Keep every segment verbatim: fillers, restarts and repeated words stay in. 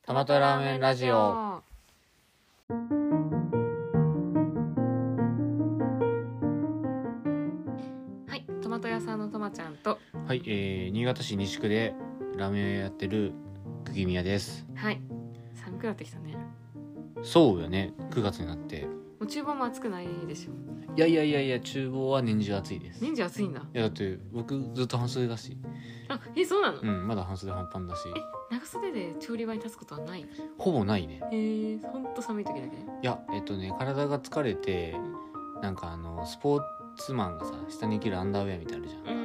トマトラーメンラジオ。はい、トマト屋さんのトマちゃんと、 はい、えー、新潟市西区でラーメン屋やってる釘宮です。 はい、寒くなってきたね。 そうよね、くがつになってもう厨房も暑くないでしょ。 いやいやいやいや、厨房は年中暑いです。 年中暑いんだ。 いやだって僕ずっと半袖だし。 あ、え、そうなの？ うん、まだ半袖半パンだし。 え、長袖で調理場に立つことはない？ ほぼないね。 へー、ほんと寒い時だけ。いや、えっとね、体が疲れて、うん、なんかあのスポーツマンがさ、下に着るアンダーウェアみたいなのあるじゃん。うん、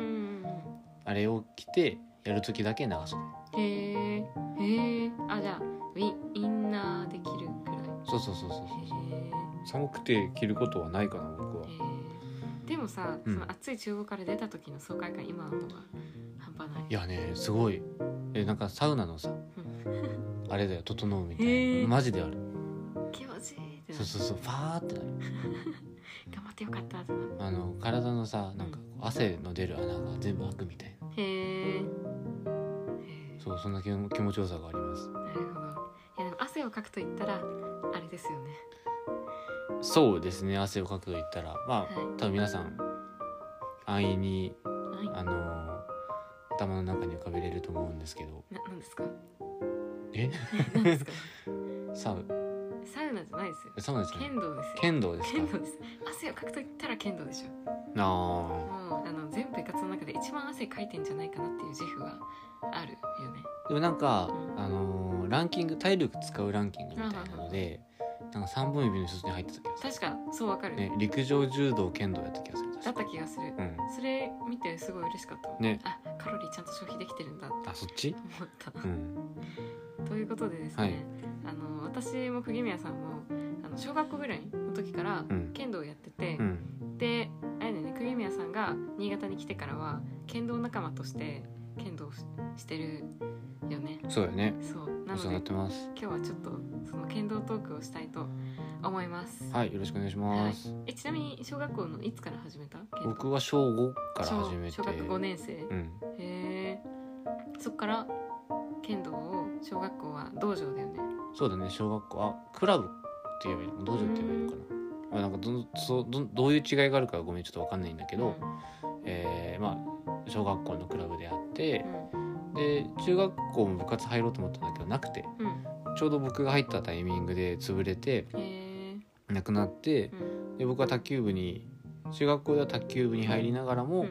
あれを着てやる時だけ長袖。 へー、へー、あ、じゃあウィインナーで着るくらい。 そうそうそうそうそう。 へー、 寒くて着ることはないかな僕は。 でもさ、うん、その暑い厨房から出た時の爽快感今の方が半端ない。 いやね、すごい。え、なんかサウナのさ、うん、あれだよ、整うみたいな、マジである。 気持ちいいってなる。 そうそうそう、ファーってなる頑張ってよかったってなる。 あの体のさ、なんか汗の出る穴が全部開くみたいな。へえ。そう、そんな気持ちよさがあります。 なるほど。いやでも汗をかくと言ったらあれですよね。 そうですね、汗をかくと言ったらまあ、はい、多分皆さん安易に、はい、あの頭の中に浮かべれると思うんですけど。 な、なんですか？ え？ なんですか？ サウサウナじゃないですよ。 サウナじゃない。 剣道ですよ。 剣道ですか？ 剣道です。汗をかくと言ったら剣道でしょ。 ああ。 もうあの全部活の中で一番汗かいてんじゃないかなっていう自負があるよね。 でもなんか、うん、あのー、ランキング、体力使うランキングみたいなので、なんかさんぼん指の一つに入ってた気がする。 確かそう、わかる、 ね、陸上、柔道、剣道やった気がする。 だった気がする、うん、それ見てすごい嬉しかったね。あ、カロリーちゃんと消費できてるんだって。 あ、そっち思った、 うん、 ということでですね、はい、あの私も釘宮さんもあの小学校ぐらいの時から剣道をやってて、うん、であれだね、釘宮さんが新潟に来てからは剣道仲間として剣道をしてるよね。 そうよね。 そうなので今日はちょっとその剣道トークをしたいと思います。 はい、よろしくお願いします。 はい、えちなみに小学校のいつから始めた？ 僕は小ごから始めて。 小学ごねん生、うん、へえ。そっから剣道を小学校は道場だよね。 そうだね、小学校あクラブって言えばいいの、道場って言えばいいのかな。まあ、なんか ど, そ ど, どういう違いがあるかごめんちょっと分かんないんだけど、うん、えー、まあ小学校のクラブであって、うん、で中学校も部活入ろうと思ったんだけどなくて、うん、ちょうど僕が入ったタイミングで潰れてなくなって、うん、で僕は卓球部に中学校では卓球部に入りながらも、うん、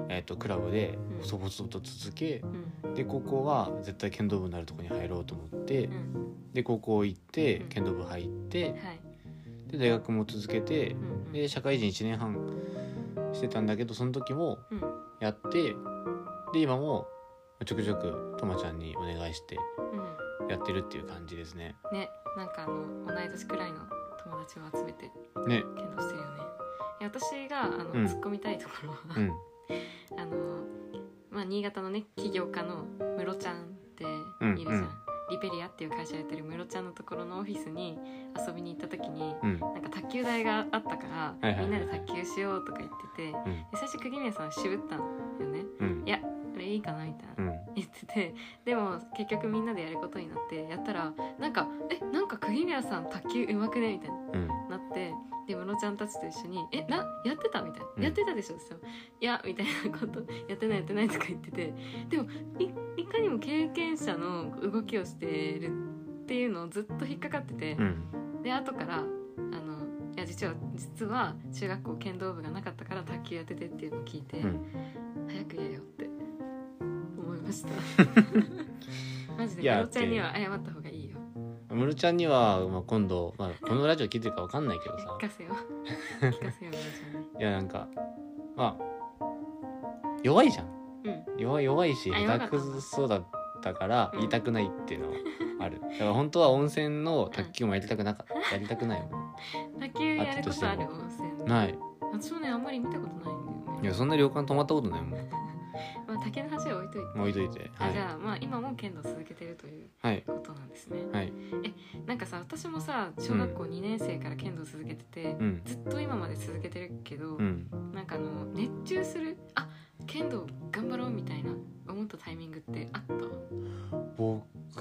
えー、とクラブで細々と続け、うん、で高校は絶対剣道部になるところに入ろうと思って、うん、で高校行って剣道部入って、うん、はい、で大学も続けて、うん、で社会人いちねんはんしてたんだけどその時もやって、で今もちょくちょくとまちゃんにお願いしてやってるっていう感じですね。 ね、なんかあの同い年くらいの友達を集めて剣道してるよね。いや私があの、うん、突っ込みたいところは、うん、あのまあ新潟のね起業家のムロちゃんっているじゃん、うんうん、リペリアっていう会社やってるムロちゃんのところのオフィスに遊びに行った時に、うん、なんか卓球台があったから、はいはいはいはい、みんなで卓球しようとか言ってて、うん、で最初釘宮さんは渋ったんよね、うん、いやこれいいかなみたいな、うん、言ってて、でも結局みんなでやることになってやったらなんかえなんか釘宮さん卓球上手くねみたいな、うん、なって、でムロちゃんたちと一緒にえなやってたみたいな、うん、やってたでしょって言ったらいやみたいなことやってないやってないとか言ってて、でも い, いかにも経験者の動きをしてるっていうのをずっと引っかかってて、うん、で後からあのいや実は実は中学校剣道部がなかったから卓球やっててっていうのを聞いて、うん、早く言えよって思いましたマジでムロちゃんには謝った方がいいよ。 ムロちゃんには、まあ、今度、まあ、このラジオ聞いてるか分かんないけどさ聞かせよ聞かせよムロちゃんに。 いやなんかまあ弱いじゃん、うん、弱, 弱いし下手くそだったから言いたくないっていうのはある、うん、だから本当は温泉の卓球もやりたくなかった、うん、やりたくないもん卓球やることある温泉ない。 私もねあんまり見たことないんだよね。 いやそんな旅館泊まったことないもんまあ、竹の橋は置いといて置いといて、 はい、じゃあ、まあ、今も剣道続けてるということなんですね、はい、えなんかさ私もさ小学校にねん生から剣道続けてて、うん、ずっと今まで続けてるけど、うん、なんかあの熱中するあ剣道頑張ろうみたいな思ったタイミングってあった？ 僕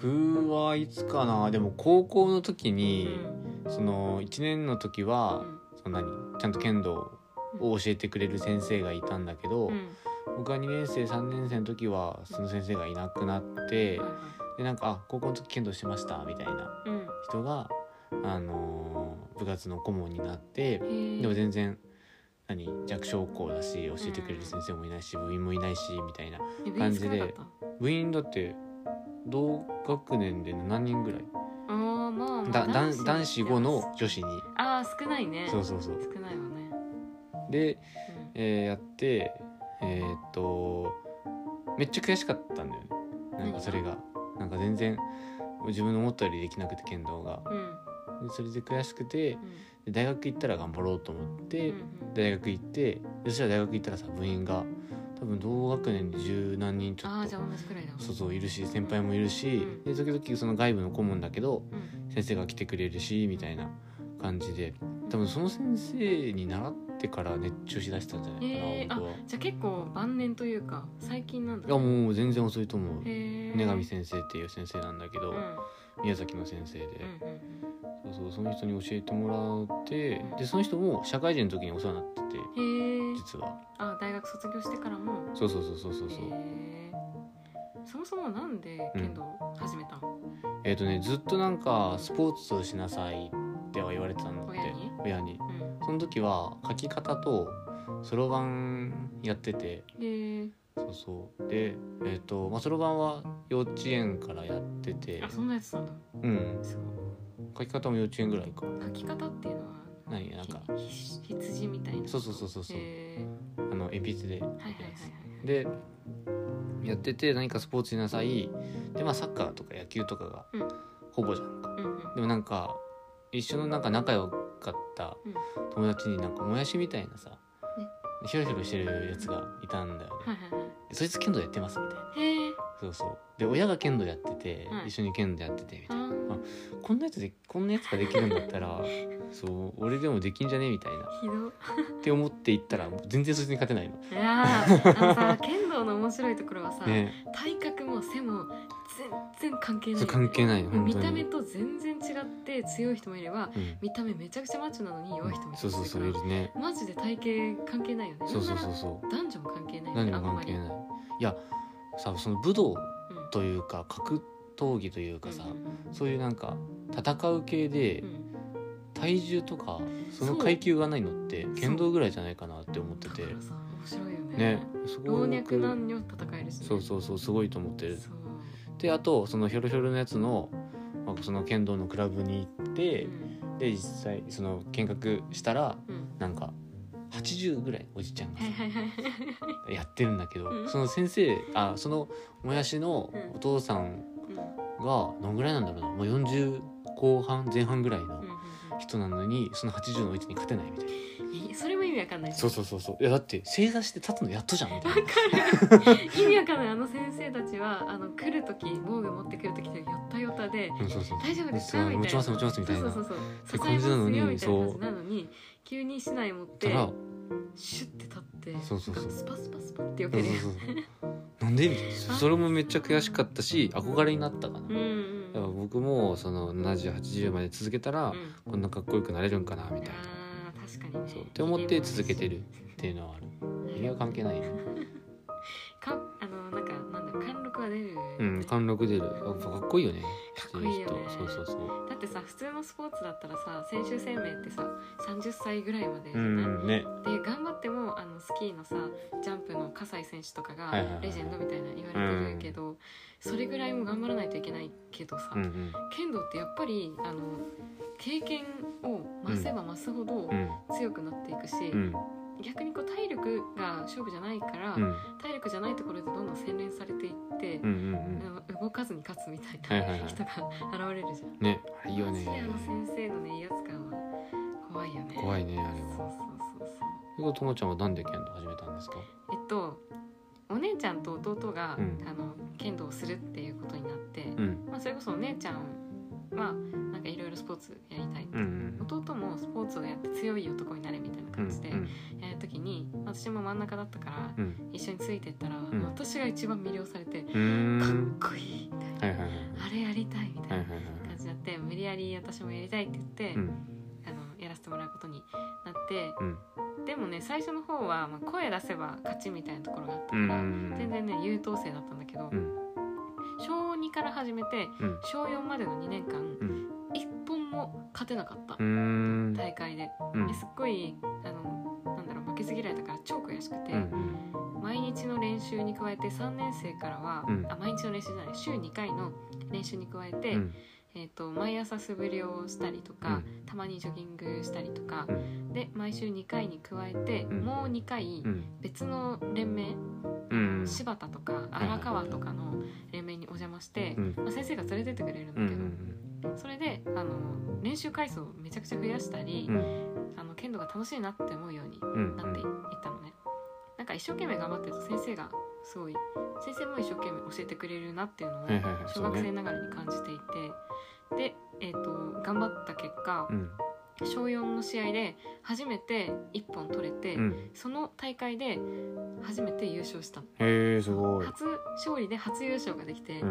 僕はいつかな、でも高校の時うに、 んそのいちねんの時は、 うんその何ちゃんと剣道を教えてくれる先生がいたんだけど、 うん僕はにねん生さんねん生の時はその先生がいなくなって、 はいはいでなんかあ高校の時剣道してましたみたいなうん人が、あのー部活の顧問になってへーでも全然何弱小校だし教えてくれる先生もいないし部員もいないしみたいなえ部員感じで少なかった部員だって同学年で何人ぐらいあーまあまあだ男子男子ごの女子にあー少ないねそうそうそう少ないわねで、 うんえーやってえーっとめっちゃ悔しかったんだよねなんかそれがなんか全然自分の思ったよりできなくて剣道がうんでそれで悔しくてうんで大学行ったら頑張ろうと思って、 うん大学行ってでそしたら大学行ったらさ部員が多分同学年で十何人ちょっとああじゃあ同じくらいだわそうそういるし先輩もいるし、 うんで時々その外部の顧問だけどうん先生が来てくれるしみたいな感じで多分その先生に習ってから熱中しだしたんじゃないかな、 へー僕は。 じゃあ結構晩年というか最近なんだいやもう全然遅いと思う。 へ根上先生っていう先生なんだけど、 うん宮崎の先生で、 うんうんそうそうその人に教えてもらってでその人も社会人の時にお世話になっててへえ実はあ大学卒業してからもそうそうそうそうそうそうへーそもそもなんで剣道始めたの、 えっ、とねずっとなんかスポーツをしなさいっては言われてたんだって親に親にうんその時は書き方とそろばんやっててへえそうそうでえっ、とまあそろばんは幼稚園からやっててあそんなやつなんだうんすごい書き方も幼稚園ぐらいか書き方っていうのは何なんかひひ羊みたいなそうそうそうそうそうへあの鉛筆でーはいはいはいはいでやってて何かスポーツしなさいでまあサッカーとか野球とかがうんほぼじゃんか、 うんうんでもなんか一緒のなんか仲良かったうん友達になんかもやしみたいなさ、 ねヒョロヒョロしてるやつがいたんだよね、 はいはいはいでそいつ剣道やってますみたいなへえそうそうで親が剣道やってて、 はい一緒に剣道やっててみたいなあーこんなやつでこんなやつができるんだったらそう俺でもできんじゃねみたいなひどって思っていったら全然そいつに勝てないのいやーあのさ剣道の面白いところはさ、 ね体格も背も全然関係ないそうよね、 関係ないのもう見本当にた目と全然違って強い人もいればうん見た目めちゃくちゃマッチョなのに弱い人もいるそうそうそういるねマジで体型関係ないよねそうそうそうそう男女も関係ないよ何ねあんまりも関係ないいやさその武道うんというか格闘技というかさ、 うんうんそういうなんか戦う系でうん体重とかその階級がないのって剣道ぐらいじゃないかなって思っててだからさ面白いよねねそこ老若男女戦えるし、ね、 そうそうそうすごいと思ってるそうであとそのヒョロヒョロのやつの、まあ、その剣道のクラブに行って、 うんで実際その見学したらうんなんかはちじゅうぐらいおじちゃんがさはいはいはいはいやってるんだけど、 うんその先生あそのもやしのお父さんうんがどんぐらいなんだろうなもうよんじゅう後半前半ぐらいのうんうん人なのにそのはちじゅうの位置に勝てないみたいなうんいそれも意味わかんないそうそうそうそういやだって正座して立つのやっとじゃんみたいな意味わかんないあの先生たちはあの来る時防具持ってくる時ってよったよたでうんそうそう大丈夫ですそうかみたいな持ちます持ちますみたいなそうそうそうってそう支えますよ感じなのにみたいな感じなのに急に竹刀持ったてらシュッて立ってそうそうそうスパスパスパって避そうそうけるそうなんでみたいなそれもめっちゃ悔しかったし憧れになったかな、 うんうんだから僕もそのななじゅうはちじゅうまで続けたら、 うんこんなかっこよくなれるんかなみたいなあー確かにねそうって思って続けてるっていうのはある意味は関係ないねかあのなんかなんだろう貫禄は出るうん貫禄出るやっぱかっこいいよねかっこいいよねしてる人そうそうそうだってさ普通のスポーツだったらさ選手生命ってささんじゅっさいぐらいまでじうゃない、 んねで頑張ってもあのスキーのさジャンプの葛西選手とかがはいはいはいレジェンドみたいな言われてるけど、それぐらいも頑張らないといけないけどさ、 うんうん剣道ってやっぱりあの経験を増せば増すほどうん強くなっていくし、 うん逆にこう体力が勝負じゃないから、 うん体力じゃないところでどんどん洗練されていって、 うんうんあの動かずに勝つみたいはいはいはない人が現れるじゃん。 ねあれいいよマジであねの先生のね威圧感は怖いよね。 怖いねあれはそうそうそうそう。 それともちゃんはなんで剣道始めたんですかえっとお姉ちゃんと弟が、 うんあの剣道をするっていうことになって、 うんまあ、それこそお姉ちゃんまあなんかいろいろスポーツやりたいって、うん、弟もスポーツをやって強い男になれみたいな感じでやる時に、私も真ん中だったから一緒についてったら、うん、私が一番魅了されて、うん、かっこいいみたいな、はいはいはい、あれやりたいみたいな感じになって、無理やり私もやりたいって言って、うん、あのやらせてもらうことになって、うん、でもね最初の方はまあ声出せば勝ちみたいなところがあったから、うん、全然ね優等生だったんだけど、うん、小にから始めて、うん、小よんまでのにねんかん、うん、一本も勝てなかった、大会で、うん、ですっごいあのなんだろう負けず嫌いだから超悔しくて、うん、毎日の練習に加えてさんねん生からは、うん、あ毎日の練習じゃない週にかいの練習に加えて、うんえー、と毎朝素振りをしたりとか、うん、たまにジョギングしたりとか、うん、で毎週にかいに加えて、うん、もうにかい別の連盟、うん、柴田とか荒川とかの連盟にお邪魔して、うんまあ、先生が連れてってくれるんだけど、うん、それであの練習回数をめちゃくちゃ増やしたり、うん、あの剣道が楽しいなって思うようになっていったのね。なんか一生懸命頑張ってると先生がすごい先生も一生懸命教えてくれるなっていうのを小学生ながらに感じていて、で、えーと、頑張った結果、うん、小よんの試合で初めていっぽん取れて、うん、その大会で初めて優勝したの。 へーすごい。 初勝利で初優勝ができて、うん、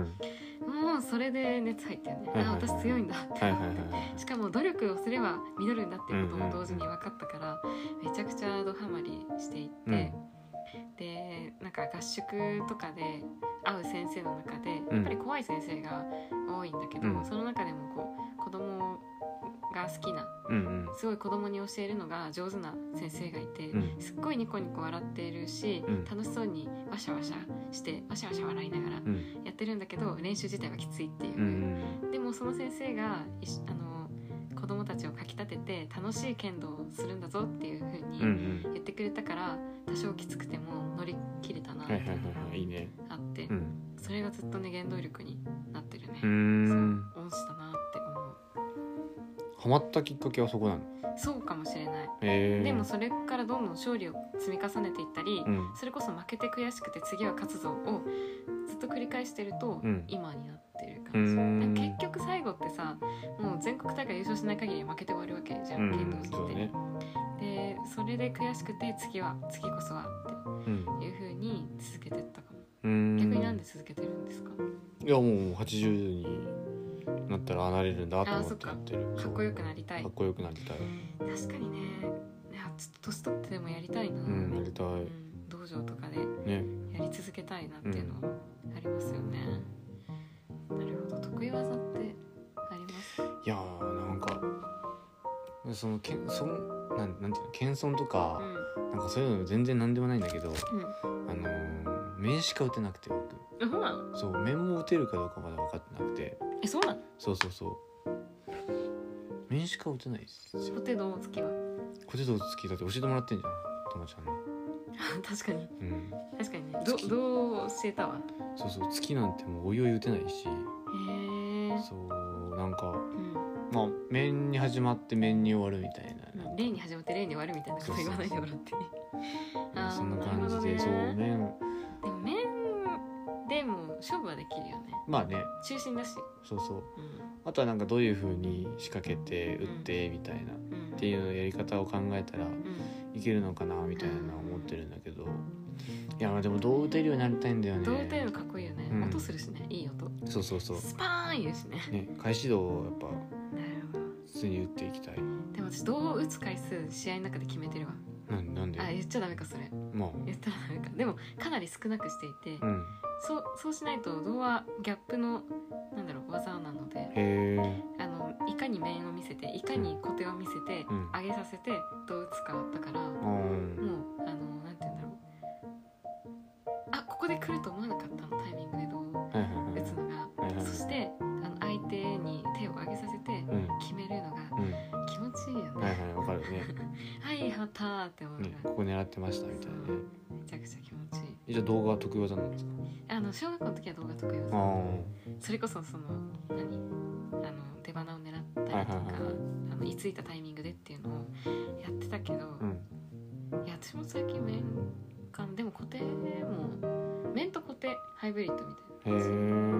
もうそれで熱入ったよね、はいはいはい、あ私強いんだって思って、はいはいはい、しかも努力をすれば実るんだっていうことも同時に分かったから、うんうん、めちゃくちゃドハマりしていって、うんでなんか合宿とかで会う先生の中でやっぱり怖い先生が多いんだけど、うん、その中でもこう子供が好きな、うんうん、すごい子供に教えるのが上手な先生がいて、うん、すっごいニコニコ笑っているし、うん、楽しそうにワシャワシャしてワシャワシャ笑いながらやってるんだけど、うん、練習自体はきついっていう、うん、でもその先生があの子供たちをかきたてて楽しい剣道をするんだぞっていう風に言ってくれたから、多少きつくても乗り切れたなっていうのがあって、それがずっとね原動力になってるね。うーんそう恩師だなって思う。 ハマったきっかけはそこなの？ そうかもしれない、えー、でもそれからどんどん勝利を積み重ねていったり、うん、それこそ負けて悔しくて次は勝つぞをずっと繰り返してると、うん、今になってる感じ。結局最後ってさもう全国大会優勝しない限り負けて終わるわけじゃん、剣道して、ね、でそれで悔しくて次は次こそはっていう風に続けてったかも。うん、逆になんで続けてるんですか？ いやもうはちじゅうになったらなれるんだと思ってやってる。 かっこよくなりたい。 かっこよくなりたい。 確かにね。いやちょっと年取ってでもやりたいな。うん、やりたい、うん。 道場とかでやり続けたいなっていうのはありますよね。うん、なるほど。得意技ってあります？ いやーなんかそのけんそんなんなんていうの謙遜とか、うん、なんかそういうの全然なんでもないんだけど、うん、あのー、面しか打てなくて僕。 そうなの？ そう面も打てるかどうかまだ分かってなくて。 えそうなの？ そうそうそう面しか打てないですよ。 コテ道つきは？ コテ道つきだって教えてもらってんじゃんともちゃんに。 確かに、うん、確かにね。どどう教えたわ。 そうそう月なんてもうおいおい打てないし。へえ。そうなんか、うん、まあ面に始まって面に終わるみたいな。 例に始まって例に終わるみたいなこと言わないでもらって。 あそんな感じで、ね、そう面。でも面でも勝負はできるよね。 まあね。 中心だし。 そうそう。うん、あとはなんかどういう風に仕掛けて打ってみたいな、うん、っていうやり方を考えたらいけるのかなみたいなのは思ってるんだけど、いやでもどう打てるようになりたいんだよね。 どう打てるのかっこいいよね、うん、音するしね、いい音。 そうそうそう。 スパーン言うしね。 ね開始度をやっぱ普通に打っていきたい。 でも私どう打つ回数試合の中で決めてるわ。 な, なんで？ あ言っちゃダメかそれ。まあ言ったらダメか。でもかなり少なくしていて、うん、そうそうしないと胴はギャップのなんだろう技なので、へあのいかに面を見せていかに小手を見せて、うん、上げさせてどう打つかだから、うん、もうあのなんて言うんだろう。あここで来ると思わなかったのタイミングでどう打つのが、はいはいはい、そしてあの相手に手を上げさせて決めるのが気持ちいいよね。 はいはいわかるね。 はいはったーって思うのが、ね、 ここ狙ってましたみたいなね。 めちゃくちゃ気持ちいい。 じゃあ動画は得意技なんですか？ あの小学校の時は動画得意技。それこそその何あの出花を狙ったりとか、はいはいはい、あの居ついたタイミングでっていうのをやってたけど、うん、いや私も最近面かでも固定も面と固定ハイブリッドみたいな感じ。へ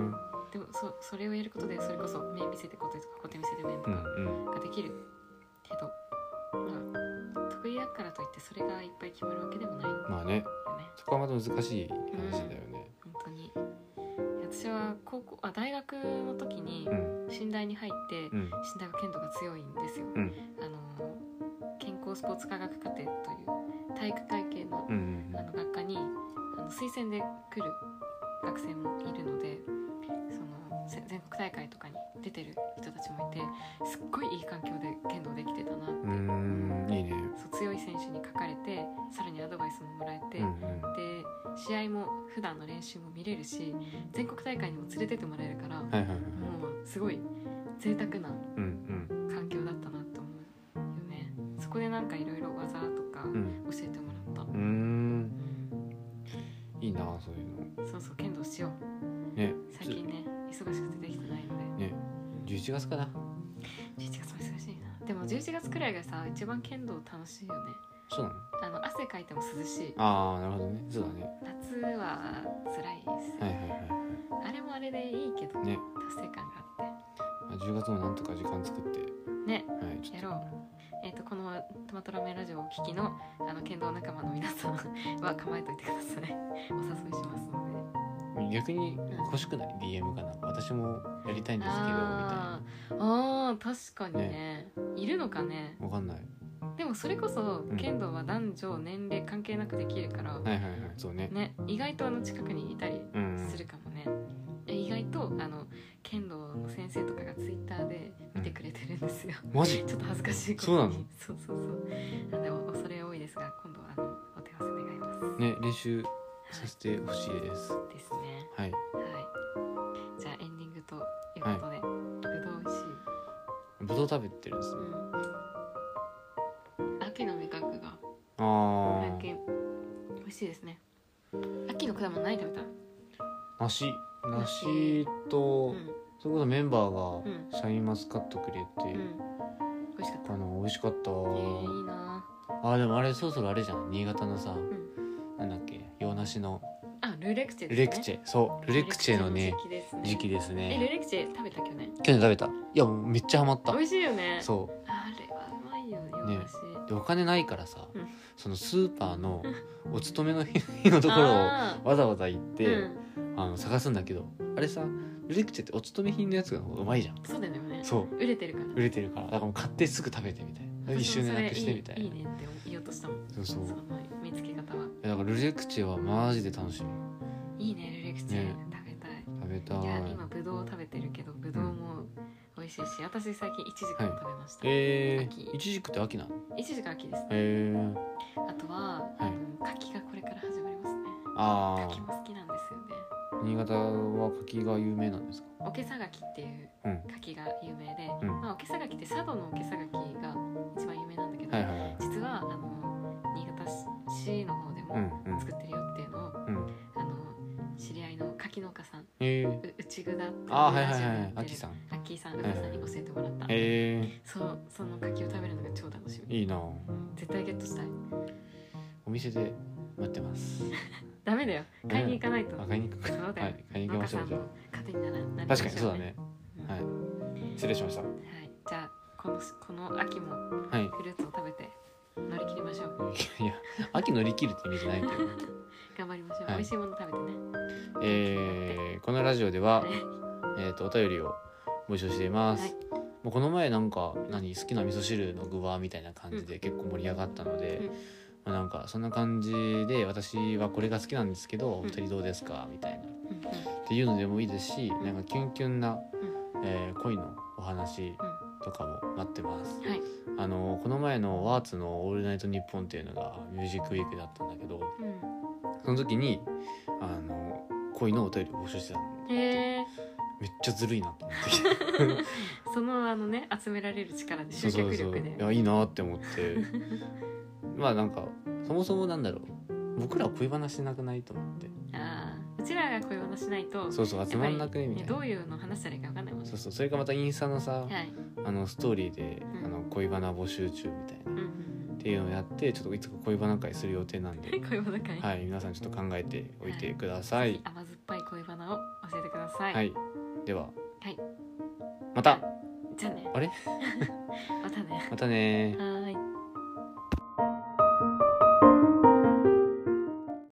でも そ, それをやることでそれこそ目見せてこととか小手見せて面とかができるけど、うんうん、まあ得意だからといってそれがいっぱい決まるわけでもないよね。 まあね、そこはまた難しい話だよね、 うん、本当に。私は高校あ大学の時に信大に入って、うん、信大は剣道が強いんですよ、うん、あの健康スポーツ科学科程という体育会系 の,、うんうん、あの学科にあの推薦で来る学生もいるので、その全国大会とかに出てる人たちもいて、すっごいいい環境で剣道できてたなって。うーん、いいね。 そう強い選手に書かれて、さらにアドバイスももらえて、うんうん、で試合も普段の練習も見れるし、全国大会にも連れてってもらえるから、はいはいはい、もうすごい贅沢な環境だったなと思うよね、うんうん、そこでなんかいろいろ技とか教えてもらった、うん、うーん、 いいなそういうの。そうそう、剣道しよう、ね、最近ね忙しくてできてないので、ね、 じゅういちがつかな。 じゅういちがつも忙しいな。でもじゅういちがつくらいがさ一番剣道楽しいよね。 そうなの？ あの汗かいても涼しい。 ああ、なるほどね。そうだね。 夏は辛いですよ、はいはいはいはい、あれもあれでいいけど、ね、達成感があって。 じゅうがつもなんとか時間作ってね、はい、ちょっとやろう。えーと、このトマトラーメンラジオをお聞きのあの剣道仲間の皆さんは構えといてください。お誘いしますので。逆に欲しくない、うん、ディーエム かな。私もやりたいんですけどみたいな。 あー確かに ね, ねいるのかね。 わかんない。 でもそれこそ剣道は男女年齢関係なくできるから、うん、はいはいはい、そうね。ね、意外とあの近くにいたりするかもね、うん、意外とあの剣道の先生とかがツイッターで見てくれてるんですよ、 うん、マジちょっと恥ずかしいことに。そうなの？ そうそうそう。でも恐れ多いですが、今度はあのお手合わせ願いますね。練習させてほしいです、 はい、ですね。 はい、はい、 じゃあエンディングということで、はい、ぶどう美味しい。 ぶどう食べてるんですね、 うん、秋の味覚があ最近美味しいですね。秋の果物何食べた？ 梨梨と、うん、それこそメンバーがシャインマスカットくれて、うん、 美味しかった。 あの美味しかった。えー、いいなあ。でもあれそろそろあれじゃん、新潟のさ、うん、なんだっけ、洋梨のあルレクチェですね。 ルレクチェ、そうルレクチェのね時期ですね。 えルレクチェ食べた去年？ 去年食べた。いやもうめっちゃハマった。 美味しいよね。 そうあれはうまいよ洋梨、ね、 でお金ないからさ、うん、そのスーパーのお勤めの日のところをわざわざ行って、うん、あの探すんだけど、あれさルレクチェってお勤め品のやつがうまいじゃん。 そうだよね。 そう売れてるから売れてるからだからもう買ってすぐ食べてみたいな、一瞬でなくしてみたいな。 いいねって言おうとしたもん。 そうそう、 その見つけ方は。 だからルレクチェはマジで楽しみ。いいねルレクチェ、ね、食べたい食べたい。 いや今ブドウ食べてるけどブドウも美味しいし、うん、私最近イチジクも食べました、 はい、えー、イチジクって秋なの？ イチジク秋ですね、 えー、 あとは、はい、あの柿がこれから始まりますね。 あー柿も好きなんですよね。 新潟は柿が有名なんですか？ おけさ柿っていう柿が有名で、うん、まあ、おけさ柿って佐渡のおけさ柿が一番有名なんだけど、はいはいはい、実はあの新潟市の方でも作ってるよっていうのを、うんうん、あの知り合いの柿農家さん、えー、う内ぐだっていうラジオにやってるアッキーさんアッキーさん、うがさんに教えてもらった、えー、そうその柿を食べるのが超楽しみ。 いいな、 絶対ゲットしたい。 お店で待ってますダメだよ、買いに行かないと。 買いに行く。そうだよ、はい、買いに行きましょう。じゃあ糧にならなりましょうね。 確かにそうだね、うん、はい、失礼しました。 はい、じゃあこのこの秋もフルーツを食べて乗り切りましょう、はい、 いや秋乗り切るって意味じゃないけど頑張りましょう、はい、美味しいもの食べてね。 えー、このラジオでは、えーとお便りを募集しています、はい、もうこの前なんか何好きな味噌汁の具はみたいな感じで結構盛り上がったので、うん、まあ、なんかそんな感じで私はこれが好きなんですけど、うん、お二人どうですかみたいな、うん、っていうのでもいいですし、なんかキュンキュンな、うん、えー、恋のお話とかも待ってます、はい、あのこの前のワーツのオールナイトニッポンっていうのがミュージックウィークだったんだけど、うん、その時にあの恋のお便りを募集してたの。へー、めっちゃずるいなと思ってそのあのね集められる力で集客力で、そうそうそう、 いやいいなって思ってまあなんかそもそもなんだろう、僕らは恋話しなくないと思って、 ああうちらが恋話しないとそうそう集まんなくねみたいな、 どういうの話したらいいか分かんないもんね。 そうそう、それかまたインスタのさ、はい、あのストーリーで、うん、あの恋バナ募集中みたいな、うんうん、っていうのをやってちょっといつか恋バナ会する予定なんで恋バナ会、 はい、皆さんちょっと考えておいてください、はい、 甘酸っぱい恋バナを教えてください。 はい、 では、 はい、 またじゃあねあれまたねまたね。